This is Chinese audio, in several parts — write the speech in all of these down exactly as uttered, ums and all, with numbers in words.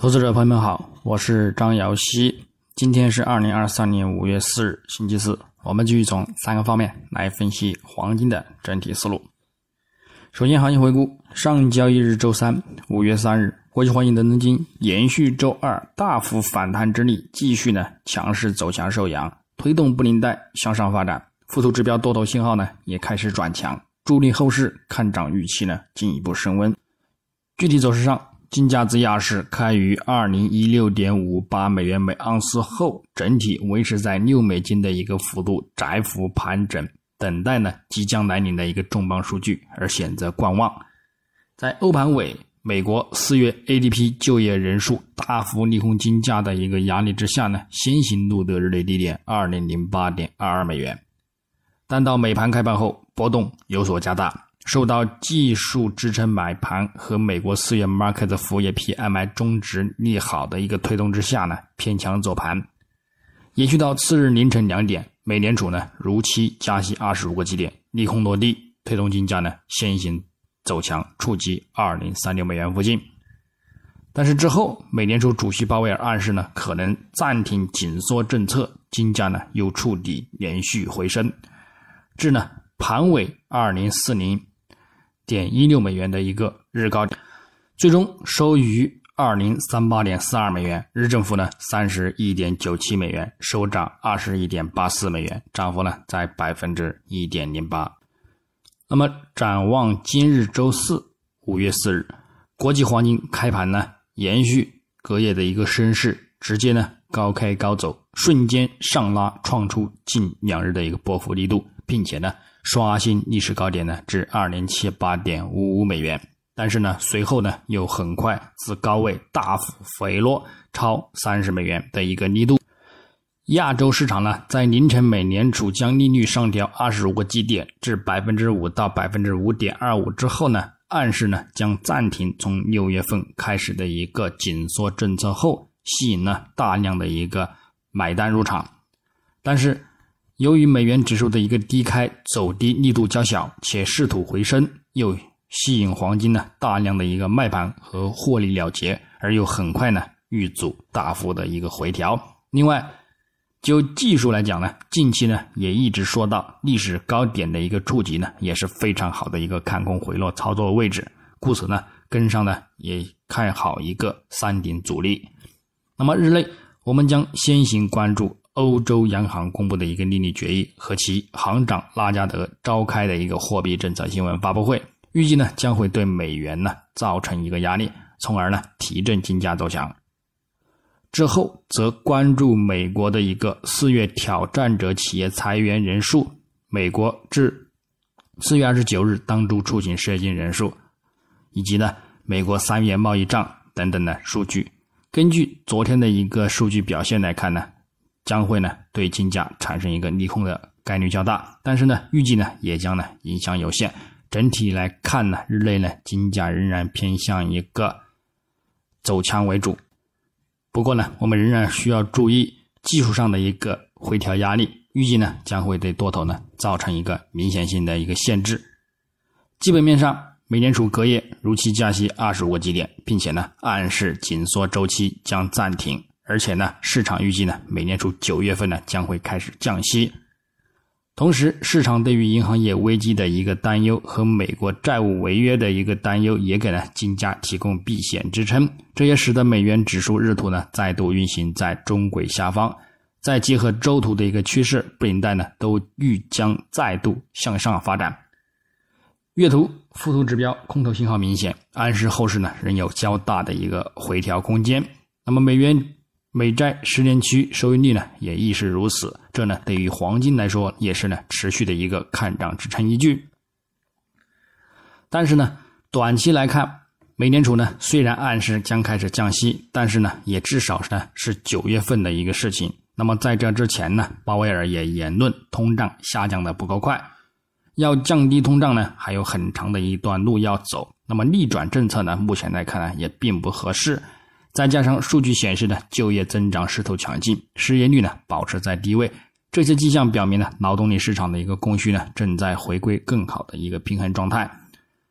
投资者朋友们好，我是张瑶希。今天是二零二三年五月四日星期四，我们继续从三个方面来分析黄金的整体思路。首先行情回顾，上交易日周三五月三日，国际黄金伦敦金延续周二大幅反弹之力，继续呢强势走强收阳，推动布林带向上发展，附图指标多头信号呢也开始转强，助力后市看涨预期呢进一步升温。具体走势上，金价自亚市开于 二零一六点五八美元每盎司后，整体维持在六美金的一个幅度窄幅盘整，等待呢即将来临的一个重磅数据而选择观望。在欧盘尾，美国四月 A D P 就业人数大幅利空金价的一个压力之下呢，先行录得日内低点 二零零八点二二美元，但到美盘开盘后波动有所加大，受到技术支撑买盘和美国四月 Market 服务业 P M I 中值利好的一个推动之下呢，偏强走盘。延续到次日凌晨两点，美联储呢如期加息二十五个基点，利空落地，推动金价呢先行走强，触及二零三六美元附近。但是之后，美联储主席鲍威尔暗示呢可能暂停紧缩政策，金价呢又触底连续回升，至呢盘尾二零四零点一六美元的一个日高点，最终收于二零三八点四二美元，日振幅呢 三十一点九七美元，收涨 二十一点八四美元，涨幅呢在 百分之一点零八。 那么展望今日周四五月四日，国际黄金开盘呢延续隔夜的一个升势，直接呢高开高走，瞬间上拉创出近两日的一个波幅力度，并且呢刷新历史高点呢至 二零七八点五五美元，但是呢随后呢又很快自高位大幅回落超三十美元的一个力度。亚洲市场呢在凌晨美联储将利率上调二十五个基点至 百分之五 到 百分之五点二五 之后呢，暗示呢将暂停从六月份开始的一个紧缩政策后，吸引了大量的一个买单入场。但是由于美元指数的一个低开走低力度较小，且试图回升，又吸引黄金呢大量的一个卖盘和获利了结，而又很快呢遇阻大幅的一个回调。另外就技术来讲呢，近期呢也一直说到历史高点的一个触及呢也是非常好的一个看空回落操作位置，故此呢跟上呢也看好一个三顶阻力。那么日内我们将先行关注欧洲央行公布的一个利率决议和其行长拉加德召开的一个货币政策新闻发布会，预计呢将会对美元呢造成一个压力，从而呢提振金价走强。之后则关注美国的一个四月挑战者企业裁员人数，美国至四月二十九日当周出行失业金人数，以及呢美国三月贸易账等等的数据。根据昨天的一个数据表现来看呢，将会呢对金价产生一个利空的概率较大，但是呢预计呢也将呢影响有限。整体来看呢，日内呢金价仍然偏向一个走强为主。不过呢我们仍然需要注意技术上的一个回调压力，预计呢将会对多头呢造成一个明显性的一个限制。基本面上，美联储隔夜如期加息二十五个基点，并且呢暗示紧缩周期将暂停，而且呢市场预计呢美联储九月份呢将会开始降息。同时市场对于银行业危机的一个担忧和美国债务违约的一个担忧也给了金价提供避险支撑，这也使得美元指数日图呢再度运行在中轨下方，再结合周图的一个趋势，布林带呢都预将再度向上发展。月图、附图指标空头信号明显，暗示后市呢仍有较大的一个回调空间。那么美元美债十年期收益率呢也亦是如此，这呢对于黄金来说也是呢持续的一个看涨支撑依据。但是呢短期来看，美联储呢虽然暗示将开始降息，但是呢也至少呢是九月份的一个事情。那么在这之前呢，鲍威尔也言论通胀下降的不够快，要降低通胀呢还有很长的一段路要走。那么逆转政策呢目前来看呢也并不合适。再加上数据显示呢就业增长势头强劲，失业率呢保持在低位，这些迹象表明呢劳动力市场的一个供需呢正在回归更好的一个平衡状态。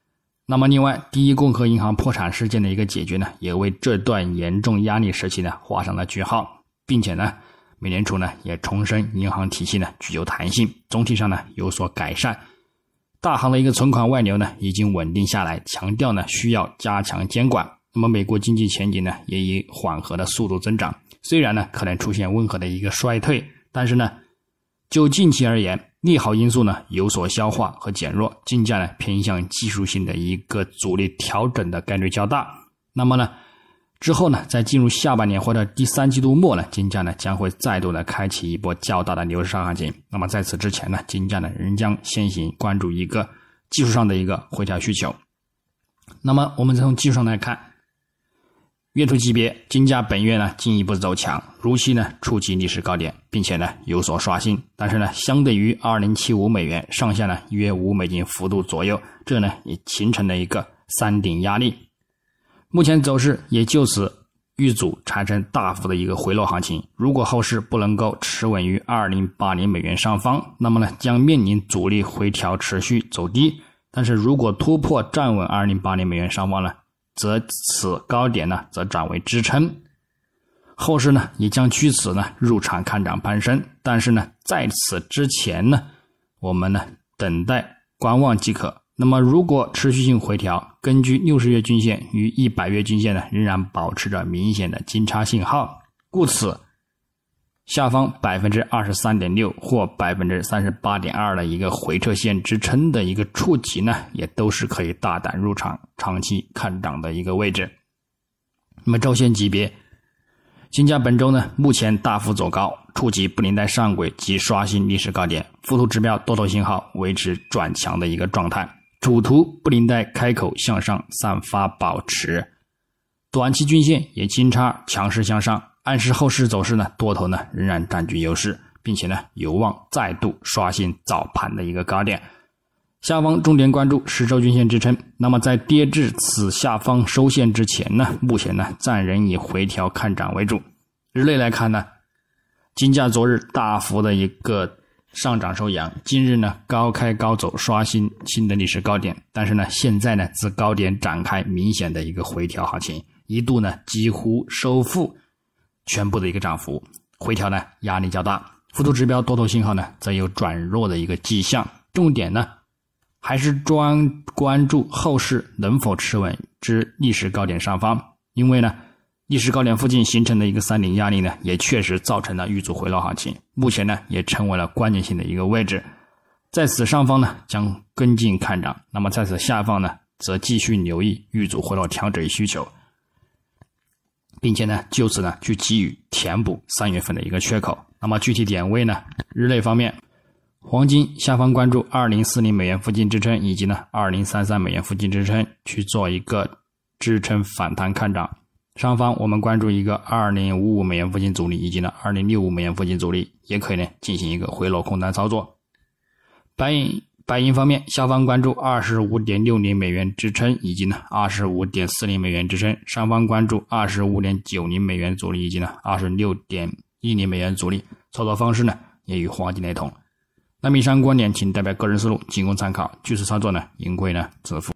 那么另外，第一共和银行破产事件的一个解决呢，也为这段严重压力时期呢画上了句号，并且呢，美联储呢也重申银行体系呢具有弹性，总体上呢有所改善。大行的一个存款外流呢已经稳定下来，强调呢需要加强监管。那么美国经济前景呢也以缓和的速度增长，虽然呢可能出现温和的一个衰退，但是呢就近期而言，利好因素呢有所消化和减弱，金价呢偏向技术性的一个阻力调整的概率较大。那么呢之后呢在进入下半年或者第三季度末呢，金价呢将会再度的开启一波较大的牛市上行情。那么在此之前呢，金价呢仍将先行关注一个技术上的一个回调需求。那么我们从技术上来看，月图级别，金价本月呢进一步走强，如期呢触及历史高点，并且呢有所刷新。但是呢，相对于二零七五美元上下呢约五美金幅度左右，这呢也形成了一个三顶压力。目前走势也就此遇阻产生大幅的一个回落行情。如果后市不能够持稳于二零八零美元上方，那么呢将面临阻力回调持续走低。但是如果突破站稳二零八零美元上方呢，则此高点呢则转为支撑，后市呢也将据此呢入场看涨攀升。但是呢在此之前呢，我们呢等待观望即可。那么如果持续性回调，根据六十月均线与一百月均线呢仍然保持着明显的金叉信号，故此下方 百分之二十三点六 或 百分之三十八点二 的一个回撤线支撑的一个触及呢，也都是可以大胆入场长期看涨的一个位置。那么周线级别，金价本周呢目前大幅走高，触及布林带上轨及刷新历史高点，附图指标多头信号维持转强的一个状态，主图布林带开口向上散发保持，短期均线也金叉强势向上，暗示后市走势呢多头呢仍然占据优势，并且呢有望再度刷新早盘的一个高点。下方重点关注十周均线支撑，那么在跌至此下方收线之前呢，目前呢暂仍以回调看涨为主。日内来看呢，金价昨日大幅的一个上涨收阳，今日呢高开高走刷新新的历史高点，但是呢现在呢自高点展开明显的一个回调行情，一度呢几乎收复全部的一个涨幅，回调呢压力较大，附图指标多头信号呢则有转弱的一个迹象。重点呢还是专关注后市能否持稳至历史高点上方，因为呢历史高点附近形成的一个三顶压力呢也确实造成了遇阻回落行情，目前呢也成为了关键性的一个位置。在此上方呢将跟进看涨，那么在此下方呢则继续留意遇阻回落调整需求，并且呢就此呢去给予填补三月份的一个缺口。那么具体点位呢，日内方面，黄金下方关注二零四零美元附近支撑，以及呢二零三三美元附近支撑，去做一个支撑反弹看涨。上方我们关注一个二零五五美元附近阻力，以及呢二零六五美元附近阻力，也可以呢进行一个回落空单操作。白银白银方面，下方关注 二十五点六零美元支撑，以及呢 二十五点四零美元支撑，上方关注 二十五点九零美元阻力，以及呢 二十六点一零美元阻力。操作方式呢也与黄金雷同。那么以上观点请代表个人思路，仅供参考，据此操作呢盈亏呢自负。